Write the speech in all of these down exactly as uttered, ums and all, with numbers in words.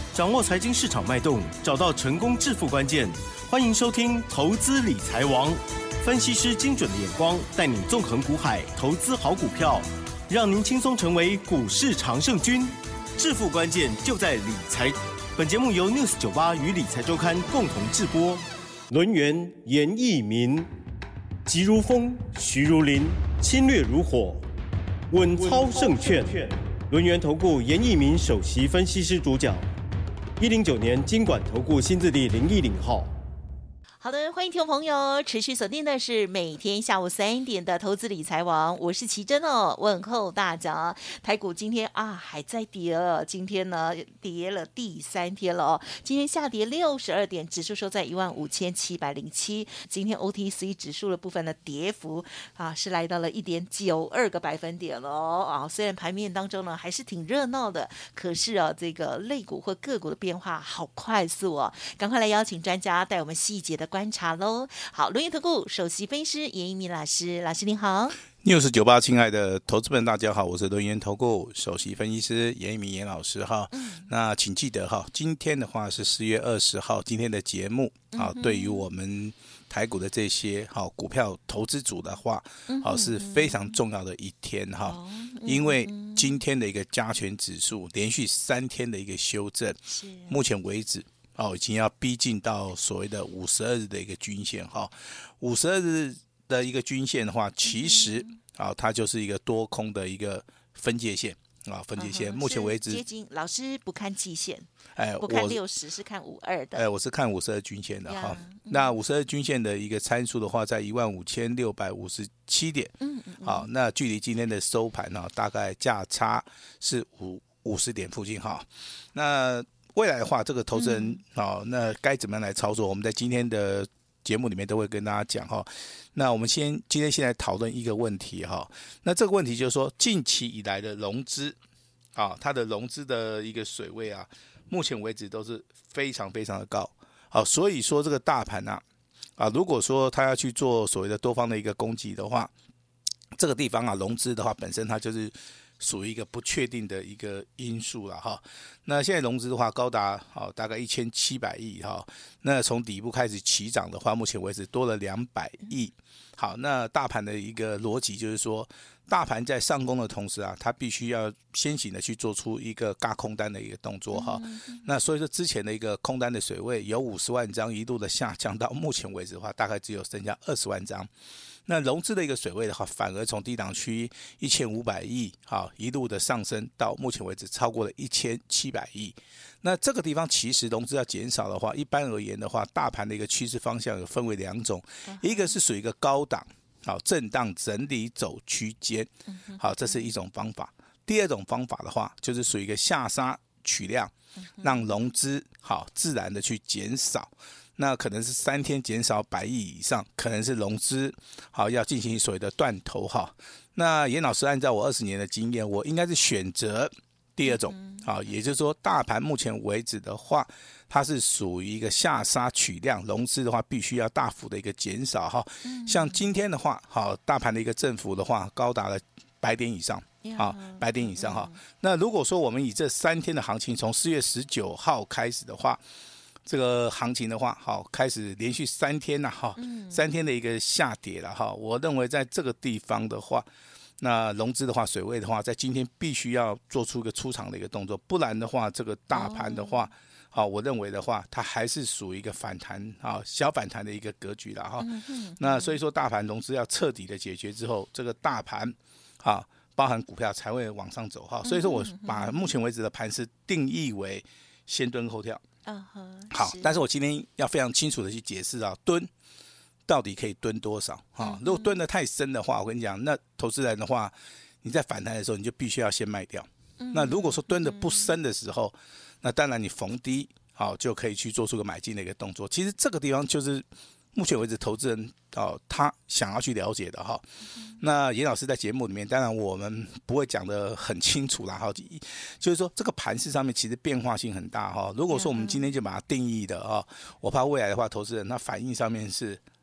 掌握财经市场脉动，找到成功致富关键。欢迎收听《投资理财王》，分析师精准的眼光，带你纵横股海，投资好股票，让您轻松成为股市常胜军。致富关键就在理财。本节目由 News 九十八与理财周刊共同制播。轮源严义民，急如风，徐如林，侵略如火，稳操胜券。轮源投顾严义民首席分析师主讲。一零九年金管投顾新字第零一零号。 好的，欢迎听众朋友持续锁定的是每天下午三点的投资理财王，我是奇珍哦，问候大家。台股今天啊还在跌了，今天呢跌了第三天了哦，今天下跌六十二点，指数收在一万五千七百零七。今天 O T C 指数的部分的跌幅啊是来到了一点九二个百分点了哦啊，虽然盘面当中呢还是挺热闹的，可是啊这个类股或个股的变化好快速哦，赶快来邀请专家带我们细节的观察喽。好，轮源投顾首席分析师严一鸣老师，老师您好。 News 九十八，亲爱的投资们，大家好，我是轮源投顾首席分析师严一鸣严老师哈。嗯、那请记得哈，今天的话是四月二十号，今天的节目啊，嗯、对于我们台股的这些好股票投资组的话，好、嗯、是非常重要的一天哈，嗯、因为今天的一个加权指数连续三天的一个修正，目前为止。哦，已经要逼近到所谓的五十二日的一个均线哈，五十二日的一个均线的话，其实啊、哦，它就是一个多空的一个分界线啊，分界线。目前为止， 接近老师不看季线， 哎， 不看六十，是看五二的。 哎，我是看五十二均线的哈。嗯、那五十二均线的一个参数的话，在一万五千六百五十七点。嗯嗯。好，那距离今天的收盘呢，大概价差是五五十点附近哈。那未来的话，这个投资人、嗯哦、那该怎么样来操作？我们在今天的节目里面都会跟大家讲哈。那我们先今天先来讨论一个问题哈。那这个问题就是说，近期以来的融资啊，它的融资的一个水位啊，目前为止都是非常非常的高。好，所以说这个大盘啊啊，如果说它要去做所谓的多方的一个攻击的话，这个地方啊，融资的话本身它就是属于一个不确定的一个因素了哈。那现在融资的话高达好大概一千七百亿哈。那从底部开始起涨的话，目前为止多了两百亿。好，那大盘的一个逻辑就是说，大盘在上攻的同时啊，它必须要先行的去做出一个軋空单的一个动作哈。那所以说之前的一个空单的水位有五十万张，一度的下降到目前为止的话，大概只有剩下二十万张。那融资的一个水位的话，反而从低档区一千五百亿，好一路的上升到目前为止超过了一千七百亿。那这个地方其实融资要减少的话，一般而言的话，大盘的一个趋势方向有分为两种，一个是属于一个高档，好震荡整理走区间，好这是一种方法。第二种方法的话，就是属于一个下杀取量，让融资好自然的去减少。那可能是三天减少百亿以上，可能是融资好要进行所谓的断头哈。那严老师按照我二十年的经验，我应该是选择第二种好，也就是说大盘目前为止的话，它是属于一个下杀取量，融资的话必须要大幅的一个减少哈。像今天的话，好大盘的一个振幅的话，高达了百点以上。好，百点以上哈。那如果说我们以这三天的行情，从四月十九号开始的话，这个行情的话，好，开始连续三天呐，哈，三天的一个下跌了哈。我认为在这个地方的话，那融资的话，水位的话，在今天必须要做出一个出场的一个动作，不然的话，这个大盘的话，好，我认为的话，它还是属于一个反弹啊，小反弹的一个格局了哈。那所以说，大盘融资要彻底的解决之后，这个大盘啊，包含股票才会往上走哈。所以说我把目前为止的盘势定义为先蹲后跳。Uh huh, 好，但是我今天要非常清楚的去解释啊，蹲到底可以蹲多少啊？如果蹲得太深的话，我跟你讲，那投资人的话，你在反弹的时候，你就必须要先卖掉。那如果说蹲得不深的时候，那当然你逢低好就可以去做出个买进的一个动作。其实这个地方就是目前为止投资人哦他想要去了解的哈。那严老师在节目里面，当然我们不会讲得很清楚啦哈，就是说这个盘势上面其实变化性很大哈。如果说我们今天就把它定义的哈，我怕未来的话，投资人他反应上面是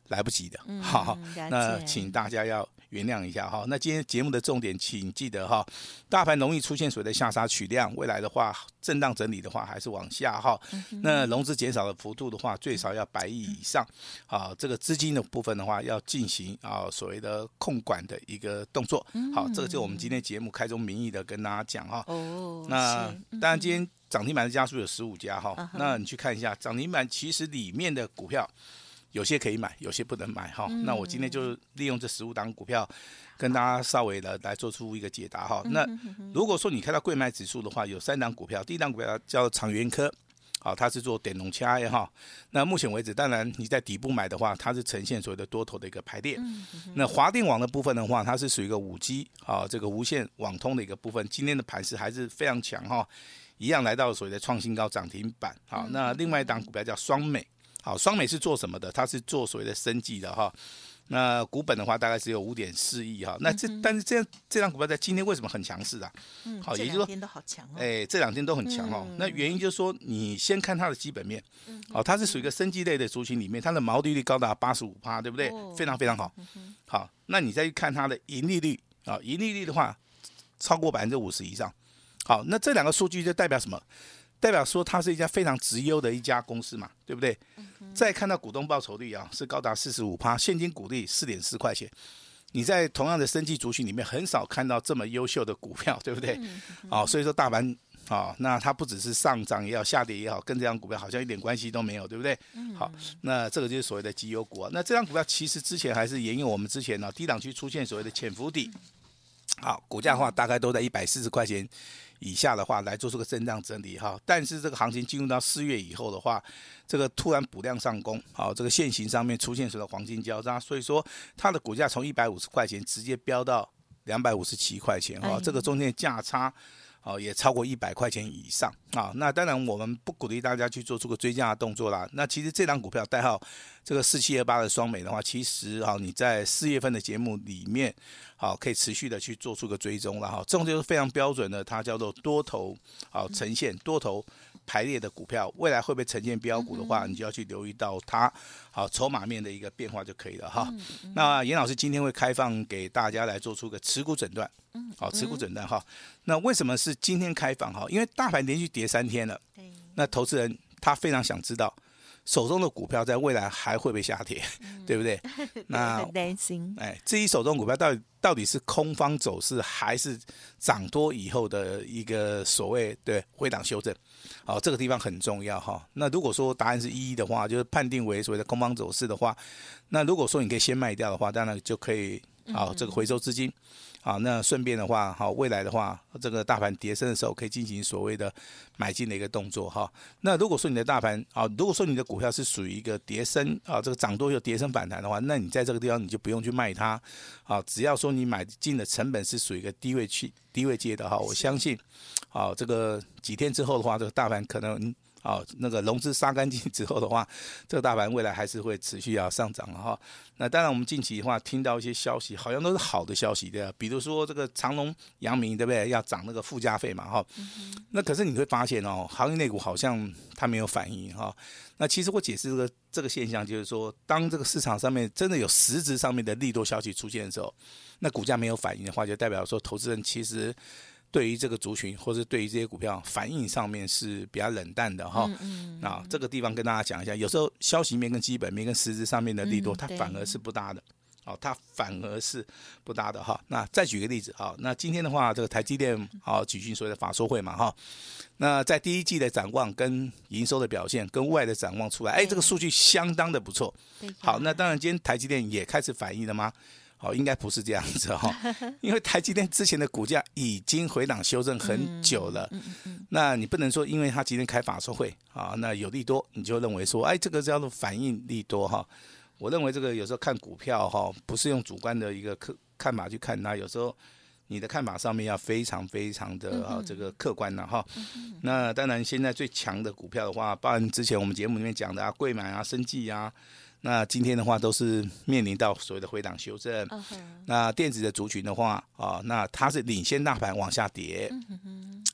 来不及的。 嗯好， 了解那请大家要原谅一下哈。那今天节目的重点，请记得哈，大盘容易出现所谓的下杀取量，未来的话震荡整理的话还是往下哈。那融资减少的幅度的话，最少要百亿以上。啊，这个资金的部分的话，要进行啊所谓的控管的一个动作。好，这个就我们今天节目开宗明义的跟大家讲哈。 哦， 那是当然今天涨停板的家数有十五家哈， 嗯哼那你去看一下涨停板，其实里面的股票有些可以买，有些不能买哈。 嗯那我今天就利用这十五档股票，跟大家稍微的来做出一个解答哈。那如果说你看到贵买指数的话，有三档股票，第一档股票叫长源科。好，它是做电容掐也好，那目前为止，当然你在底部买的话，它是呈现所谓的多头的一个排列。 嗯那华电网的部分的话，它是属于一个五 G 啊，这个无线网通的一个部分，今天的盘势还是非常强哈，一样来到所谓的创新高涨停板。好，那另外一档股票叫双美，好，双美是做什么的？它是做所谓的生技的哈。那股本的话大概只有 五点四亿哈，那这、嗯、但是这样这张股票在今天为什么很强势啊？ 嗯， 好，也就是说这两天都好强哦。 哎，这两天都很强哦。嗯、那原因就是说，你先看它的基本面，嗯、哦，它是属于一个生技类的族群里面，它的毛利率高达 百分之八十五， 对不对？哦、非常非常好。嗯、好，那你再去看它的盈利率啊、哦，盈利率的话超过 百分之五十 以上。好，那这两个数据就代表什么？代表说它是一家非常质优的一家公司嘛，对不对？嗯、再看到股东报酬率啊，是高达 百分之四十五， 现金股利 四点四块钱。你在同样的生技族群里面很少看到这么优秀的股票，对不对？嗯嗯、哦，所以说大盘啊、哦，那它不只是上涨也好，下跌也好，跟这张股票好像一点关系都没有，对不对？嗯、好，那这个就是所谓的绩优股啊。那这张股票其实之前还是沿用我们之前呢、啊、低档区出现所谓的潜伏底，好，股价的话大概都在一百四十块钱以下的话来做出个震荡整理哈，但是这个行情进入到四月以后的话，这个突然补量上攻，好，这个线型上面出现所谓的黄金交叉，所以说它的股价从一百五十块钱直接飙到两百五十七块钱哈，这个中间价差哦也超过一百块钱以上啊。那当然我们不鼓励大家去做出个追加的动作啦。那其实这档股票代号这个四七二八的双美的话，其实啊你在四月份的节目里面。好，可以持续的去做出个追踪了哈，这种就是非常标准的，它叫做多头好呈现多头排列的股票，未来会不会呈现标股的话，你就要去留意到它好筹码面的一个变化就可以了哈。那严老师今天会开放给大家来做出个持股诊断，好，持股诊断哈。那为什么是今天开放哈？因为大盘连续跌三天了，那投资人他非常想知道。手中的股票在未来还会不会下跌，嗯、对不对？那很担心。 哎，至于手中股票到底到底是空方走势，还是涨多以后的一个所谓的回档修正？好，这个地方很重要哈。那如果说答案是一的话，就是判定为所谓的空方走势的话，那如果说你可以先卖掉的话，当然就可以好这个回收资金。好，那顺便的话，好，未来的话，这个大盘跌升的时候，可以进行所谓的买进的一个动作哈。那如果说你的大盘啊，如果说你的股票是属于一个跌升啊，这个涨多又跌升反弹的话，那你在这个地方你就不用去卖它啊。只要说你买进的成本是属于一个低位区、低位阶的哈，我相信，啊，这个几天之后的话，这个大盘可能。好，那个融资杀干净之后的话，这个大盘未来还是会持续要上涨哈。那当然，我们近期的话听到一些消息，好像都是好的消息的，比如说这个长荣、阳明，对不对？要涨那个附加费嘛哈。嗯、那可是你会发现哦，行业内股好像它没有反应哈。那其实我解释这个这个现象，就是说，当这个市场上面真的有实质上面的利多消息出现的时候，那股价没有反应的话，就代表说投资人其实。对于这个族群，或是对于这些股票反应上面是比较冷淡的哈。嗯嗯、啊，这个地方跟大家讲一下，有时候消息面跟基本面跟实质上面的利多，嗯、它反而是不搭的。哦，它反而是不搭的哈。那再举个例子哈，那今天的话，这个台积电好举行所谓的法说会嘛哈。那在第一季的展望跟营收的表现跟未来的展望出来，哎，这个数据相当的不错。好，那当然今天台积电也开始反应了吗？好，应该不是这样子哈，因为台积电之前的股价已经回档修正很久了，嗯嗯嗯、那你不能说因为他今天开法说会啊，那有利多你就认为说，哎，这个叫做反应利多哈。我认为这个有时候看股票哈，不是用主观的一个看法去看它，有时候你的看法上面要非常非常的啊这个客观了哈。嗯、那当然现在最强的股票的话，包含之前我们节目里面讲的啊，贵买啊、生技啊。那今天的话都是面临到所谓的回档修正， uh-huh. 那电子的族群的话啊，那它是领先大盘往下跌， uh-huh.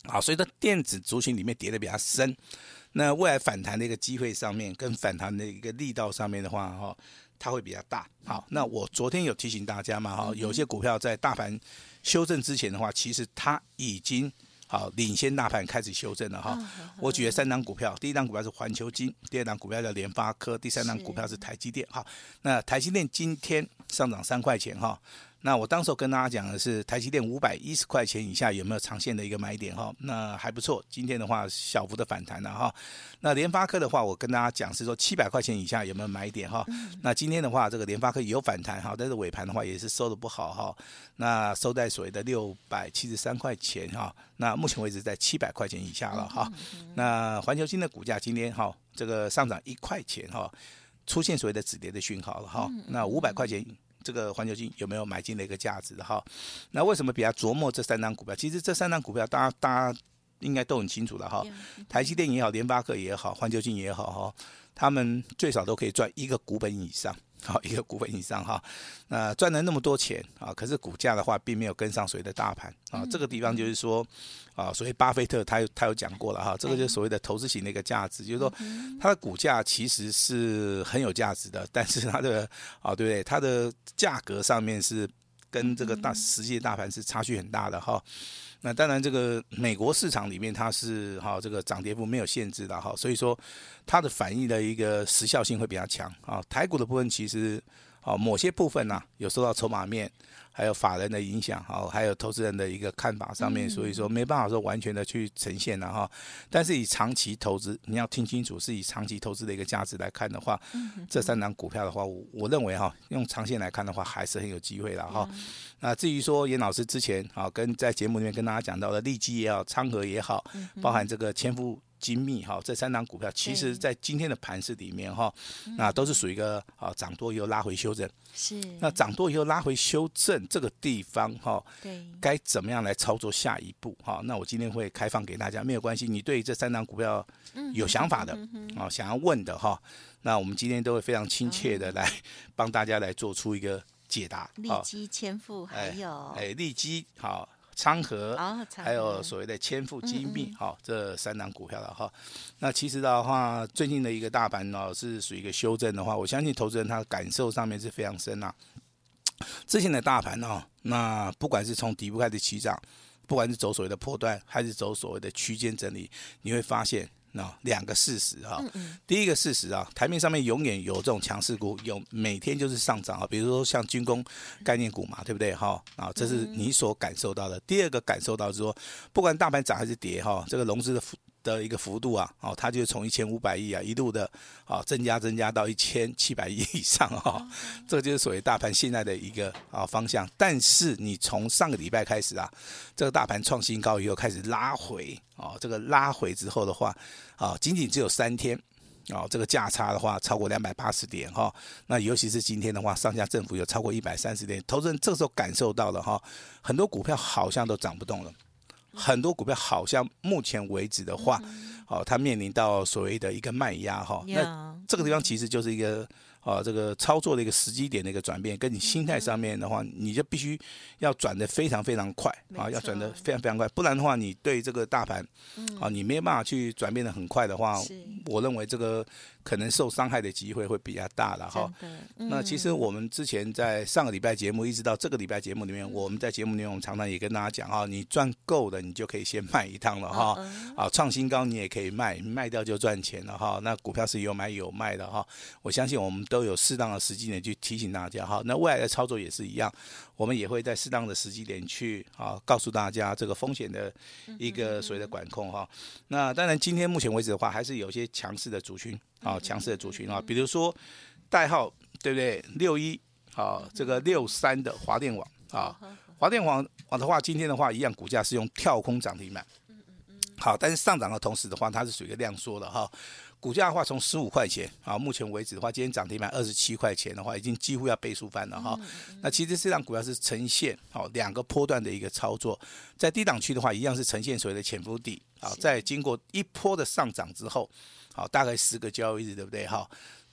好，所以在电子族群里面跌得比较深，那未来反弹的一个机会上面，跟反弹的一个力道上面的话，哈，它会比较大。好，那我昨天有提醒大家嘛，哈，有些股票在大盘修正之前的话，其实它已经好领先大盘开始修正了哈。我举了三档股票，第一档股票是环球金，第二档股票叫联发科，第三档股票是台积电。好，那台积电今天上涨三块钱哈。那我当时跟大家讲的是台积电五百一十块钱以下有没有长线的一个买点哈？那还不错，今天的话小幅的反弹了哈。那联发科的话，我跟大家讲是说七百块钱以下有没有买点哈？那今天的话，这个联发科有反弹哈，但是尾盘的话也是收的不好哈。那收在所谓的六百七十三块钱哈。那目前为止在七百块钱以下了哈。那环球金的股价今天哈这个上涨一块钱哈，出现所谓的止跌的讯号了哈。那五百块钱。这个环球金有没有买进的一个价值的哈？那为什么比较琢磨这三档股票？其实这三档股票大家大家应该都很清楚了哈。台积电也好，联发科也好，环球金也好哈，他们最少都可以赚一个股本以上。好，一个股本以上哈，那、呃、赚了那么多钱啊，可是股价的话并没有跟上所谓的大盘啊，这个地方就是说啊，所谓巴菲特他有他有讲过了哈，这个就是所谓的投资型的一个价值，就是说它的股价其实是很有价值的，但是它的啊对不对？它的价格上面是跟这个大实际的大盘是差距很大的哈。那当然，这个美国市场里面它是哈这个涨跌幅没有限制的哈，所以说它的反应的一个时效性会比较强啊。台股的部分其实啊某些部分呐、啊、有受到筹码面还有法人的影响哈，还有投资人的一个看法上面，所以说没办法说完全的去呈现了哈。但是以长期投资，你要听清楚，是以长期投资的一个价值来看的话，这三档股票的话，我我认为哈，用长线来看的话，还是很有机会的哈。那至于说严老师之前啊，跟在节目里面跟大家讲到的利基也好，昌河也好，包含这个千富精密哈，这三档股票，其实在今天的盘势里面哈，那都是属于一个啊涨多以后拉回修正。 是。 那涨多以后拉回修正这个地方哈，对，该怎么样来操作下一步哈？那我今天会开放给大家，没有关系，你对这三档股票有想法的啊，想要问的哈，那我们今天都会非常亲切的来帮大家来做出一个解答。 利基、千富还有哎，利基好。昌河，还有所谓的千富精密，好、嗯嗯，这三档股票了哈。那其实的话，最近的一个大盘呢是属于一个修正的话，我相信投资人他的感受上面是非常深啊。之前的大盘哦，那不管是从底部开始起涨，不管是走所谓的波段，还是走所谓的区间整理，你会发现。那两个事实哈，第一个事实啊，台面上面永远有这种强势股，有每天就是上涨啊，比如说像军工概念股嘛，对不对哈？啊，这是你所感受到的。第二个感受到是说，不管大盘涨还是跌哈，这个融资的的一个幅度啊，哦，它就从一千五百亿啊一路的啊增加增加到一千七百亿以上哈，这个就是所谓大盘现在的一个啊方向。但是你从上个礼拜开始啊，这个大盘创新高以后开始拉回啊，这个拉回之后的话啊，仅仅只有三天。哦，这个价差的话超过两百八十点哈、哦，那尤其是今天的话，上下振幅有超过一百三十点，投资人这个时候感受到了哈、哦，很多股票好像都涨不动了，很多股票好像目前为止的话，哦，它面临到所谓的一个卖压哈、哦，那这个地方其实就是一个。哦，这个操作的一个时机点的一个转变，跟你心态上面的话，你就必须要转得非常非常快啊，要转得非常非常快，不然的话，你对这个大盘，啊，你没办法去转变得很快的话，我认为这个可能受伤害的机会会比较大了哈。嗯、那其实我们之前在上个礼拜节目，一直到这个礼拜节目里面，我们在节目里面我们常常也跟大家讲哈，你赚够了，你就可以先卖一趟了哈。啊，创新高你也可以卖，卖掉就赚钱了哈。那股票是有买有卖的哈，我相信我们都有适当的时机点去提醒大家哈，那未来的操作也是一样，我们也会在适当的时机点去啊告诉大家这个风险的一个所谓的管控哈。那当然今天目前为止的话，还是有些强势的族群啊，强势的族群啊，比如说代号对不对？六一啊，这个六三的华电网啊，华电网网的话，今天的话一样，股价是用跳空涨停板，好，但是上涨的同时的话，它是属于一个量缩的哈。股价的话，从十五块钱啊，目前为止的话，今天涨停板二十七块钱的话，已经几乎要倍数翻了哈。那其实这档股票是呈现好两个波段的一个操作，在低档区的话，一样是呈现所谓的潜伏底啊，在经过一波的上涨之后，好大概十个交易日，对不对哈？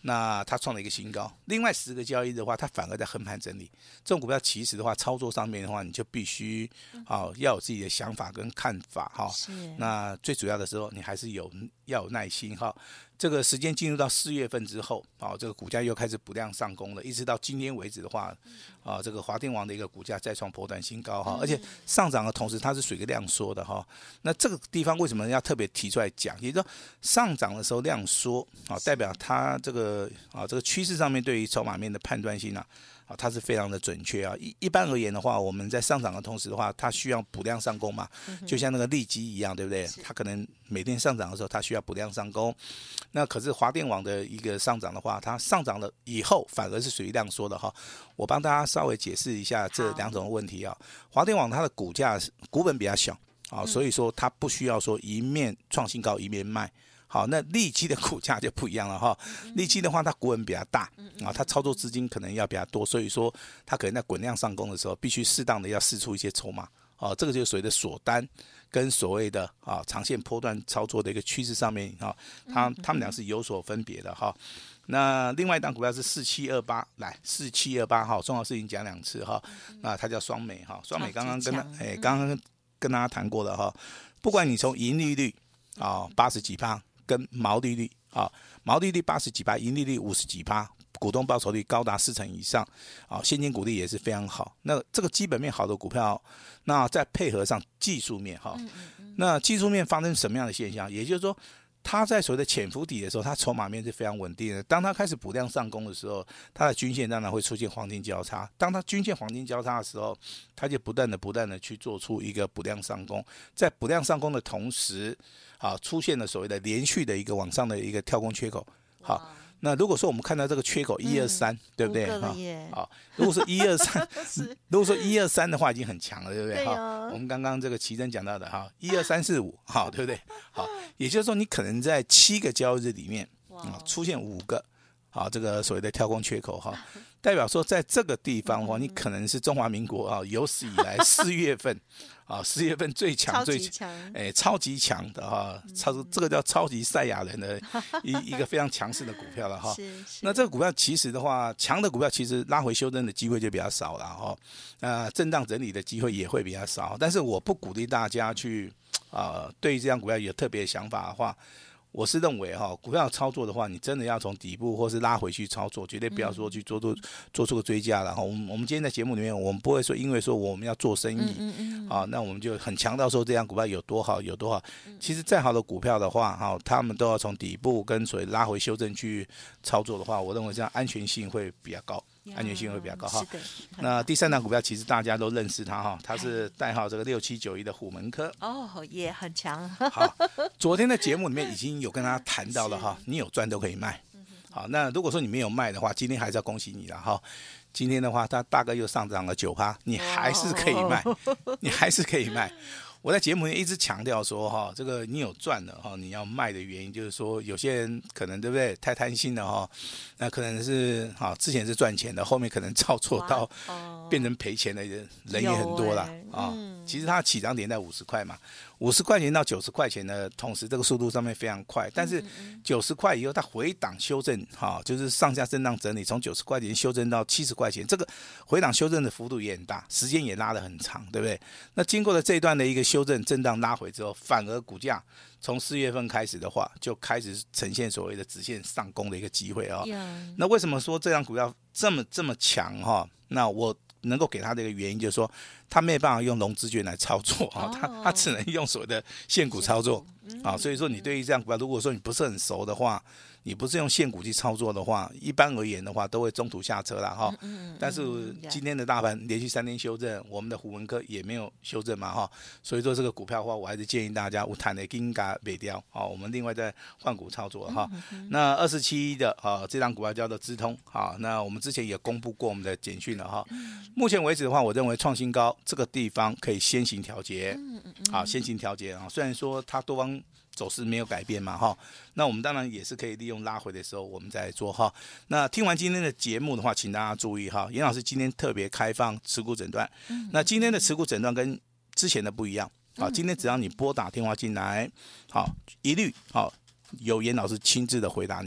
那它创了一个新高。另外十个交易日的话，它反而在横盘整理。这种股票其实的话，操作上面的话，你就必须啊、哦、要有自己的想法跟看法哈、哦。那最主要的时候，你还是有要有耐心哈、哦。这个时间进入到四月份之后，啊、哦，这个股价又开始补量上攻了，一直到今天为止的话，啊、哦，这个华电网的一个股价再创波段新高哈、哦，而且上涨的同时，它是属于一个量缩的哈、哦。那这个地方为什么要特别提出来讲？也就是说，上涨的时候量缩啊、哦，代表它这个啊、哦、这个趋势上面对于筹码面的判断性啊。它是非常的准确啊！一一般而言的话，我们在上涨的同时的话，它需要补量上攻嘛，就像那个利基一样，对不对？它可能每天上涨的时候，它需要补量上攻。那可是华电网的一个上涨的话，它上涨了以后，反而是属于量缩的哈。我帮大家稍微解释一下这两种问题啊。华电网它的股价股本比较小啊，所以说它不需要说一面创新高一面卖。好，那利基的股价就不一样了哈。利基的话，它股本比较大啊，它操作资金可能要比较多，所以说它可能在滚量上攻的时候，必须适当的要释出一些筹码。哦，这个就是所谓的锁单跟所谓的啊长线波段操作的一个趋势上面哈，它它们俩是有所分别的哈。那另外一档股票是四七二八，来四七二八哈，重要事情讲两次哈。那它叫双美哈，双美刚刚跟哎刚刚跟大家谈过了哈，不管你从盈利率啊八十几趴。跟毛利率啊，毛利率八十几趴，盈利率五十几趴，股东报酬率高达四成以上啊，现金股利也是非常好。那这个基本面好的股票，那再配合上技术面哈，那技术面发生什么样的现象？也就是说，它在所谓的潜伏底的时候，它筹码面是非常稳定的。当它开始补量上攻的时候，它的均线当然会出现黄金交叉。当它均线黄金交叉的时候，它就不断的不断的去做出一个补量上攻。在补量上攻的同时，啊，出现了所谓的连续的一个往上的一个跳空缺口。好，那如果说我们看到这个缺口一二三，对不对？好，如果说一二三，如果说一二三的话，已经很强了，对不对？好、哦，我们刚刚这个奇珍讲到的哈，一二三四五，好，对不对？好，也就是说你可能在七个交易日里面啊、嗯、出现五个，好，这个所谓的跳空缺口哈，代表说在这个地方的话，你可能是中华民国啊有史以来四月份。啊，四月份最强最强，哎，超级强的哈，超这个叫超级赛亚人的一一个非常强势的股票了哈。那这个股票其实的话，强的股票其实拉回修正的机会就比较少了哈，呃，震荡整理的机会也会比较少。但是我不鼓励大家去啊、呃，对于这张股票有特别想法的话。我是认为哈，股票操作的话，你真的要从底部或是拉回去操作，绝对不要说去做做做出个追加了哈。我们我们今天在节目里面，我们不会说因为说我们要做生意，嗯嗯嗯啊，那我们就很强调说这张股票有多好有多好。其实再好的股票的话，哈，他们都要从底部跟所谓拉回修正去操作的话，我认为这样安全性会比较高。安全性会比较高哈。那第三档股票其实大家都认识它哈，它是代号这个六七九一的虎门科。 哦，也很强。 好，昨天的节目里面已经有跟大家谈到了哈，你有赚都可以卖。好，那如果说你没有卖的话，今天还是要恭喜你了哈。今天的话，它大概又上涨了九趴，你还是可以卖，你还是可以卖。我在节目里一直强调说哈，这个你有赚的哈，你要卖的原因就是说，有些人可能对不对太贪心了哈，那可能是哈之前是赚钱的，后面可能照做到变成赔钱的人人也很多啦啊。其实它起涨点在五十块嘛，五十块钱到九十块钱的同时，这个速度上面非常快。但是九十块以后，它回档修正哈，就是上下震荡整理，从九十块钱修正到七十块钱，这个回档修正的幅度也很大，时间也拉得很长，对不对？那经过了这一段的一个修正震荡拉回之后，反而股价从四月份开始的话，就开始呈现所谓的直线上攻的一个机会哦。Yeah. 那为什么说这张股票这么这么强哈？那我能够给它的一个原因就是说，它没有办法用融资券来操作啊，它它只能用所谓的现股操作啊。所以说，你对于这张股票，如果说你不是很熟的话，你不是用现股去操作的话，一般而言的话，都会中途下车啦哈。但是今天的大盘连续三天修正，我们的虎门科也没有修正嘛哈。所以说这个股票的话，我还是建议大家有谈的应该卖掉啊。我们另外再换股操作哈。那二四七一的啊，这张股票叫做资通啊。那我们之前也公布过我们的简讯了哈。目前为止的话，我认为创新高这个地方可以先行调节，啊，先行调节啊。虽然说它多方走势没有改变嘛哈，那我们当然也是可以利用拉回的时候我们再来做哈。那听完今天的节目的话，请大家注意哈，严老师今天特别开放持股诊断，那今天的持股诊断跟之前的不一样啊。今天只要你拨打电话进来，好，一律好由严老师亲自的回答你。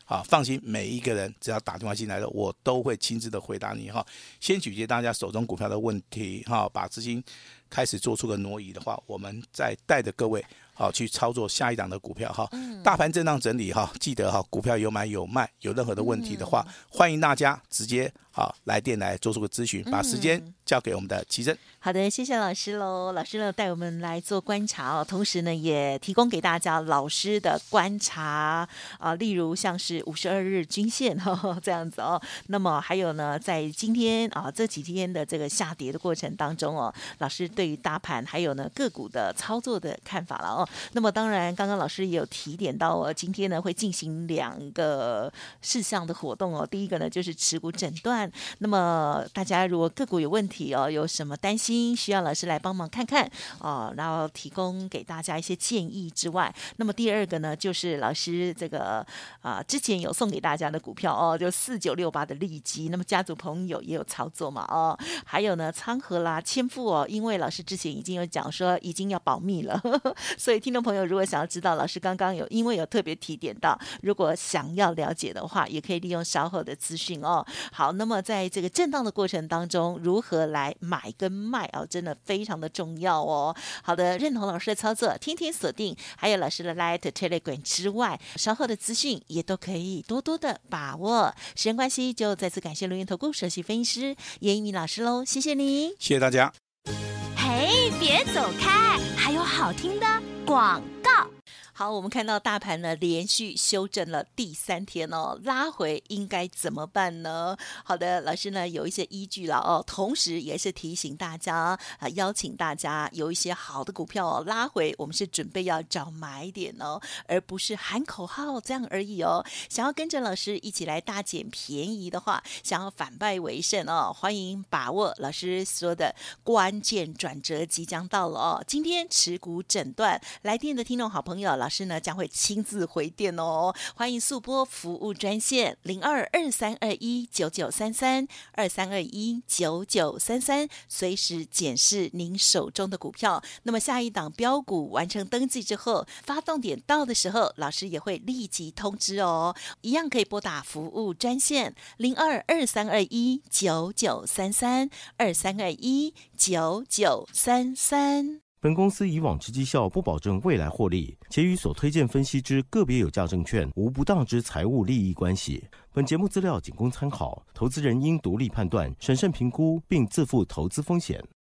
好，放心，每一个人只要打电话进来的，我都会亲自的回答你哈。先解决大家手中股票的问题哈，把资金开始做出个挪移的话，我们再带着各位好去操作下一档的股票哈。大盘震荡整理哈，记得哈，股票有买有卖，有任何的问题的话，欢迎大家直接好来电来做出个咨询，把时间交给我们的奇珍。 好的，谢谢老师喽。老师呢带我们来做观察哦，同时呢也提供给大家老师的观察啊，例如像是五十二日均线哦这样子哦。那么还有呢，在今天啊这几天的这个下跌的过程当中哦，老师对于大盘还有呢个股的操作的看法了哦。那么当然，刚刚老师也有提点到哦，今天呢会进行两个事项的活动哦。第一个呢就是持股诊断，那么大家如果个股有问题哦，有什么担心？需要老师来帮忙看看哦，然后提供给大家一些建议之外，那么第二个呢，就是老师这个啊、呃、之前有送给大家的股票哦，就四九六八的利基，那么家族朋友也有操作嘛哦，还有呢昌河啦、千富哦，因为老师之前已经有讲说已经要保密了，呵呵，所以听众朋友如果想要知道，老师刚刚有因为有特别提点到，如果想要了解的话，也可以利用稍后的资讯哦。好，那么在这个震荡的过程当中，如何来买跟卖哦，真的非常的重要哦。好的，认同老师的操作，天天锁定，还有老师的 Light Telegram 之外，稍后的资讯也都可以多多的把握。时间关系，就再次感谢录音投顾首席分析师严一鸣老师喽，谢谢你， 谢谢大家。 嘿，别走开，还有好听的广告。 好，我们看到大盘呢连续修正了第三天哦，拉回应该怎么办呢？好的，老师呢有一些依据了哦，同时也是提醒大家啊，邀请大家有一些好的股票哦，拉回我们是准备要找买点哦，而不是喊口号这样而已哦。想要跟着老师一起来大捡便宜的话，想要反败为胜哦，欢迎把握老师说的关键转折即将到了哦。今天持股诊断来电的听众好朋友，老师呢将会亲自回电哦，欢迎速拨服务专线零二二三二一九九三三二三二一九九三三，随时检视您手中的股票。那么下一档标股完成登记之后，发动点到的时候，老师也会立即通知哦。一样可以拨打服务专线零二二三二一九九三三二三二一九九三三。 本公司以往之绩效不保证未来获利，且与所推荐分析之个别有价证券无不当之财务利益关系。本节目资料仅供参考，投资人应独立判断、审慎评估，并自负投资风险。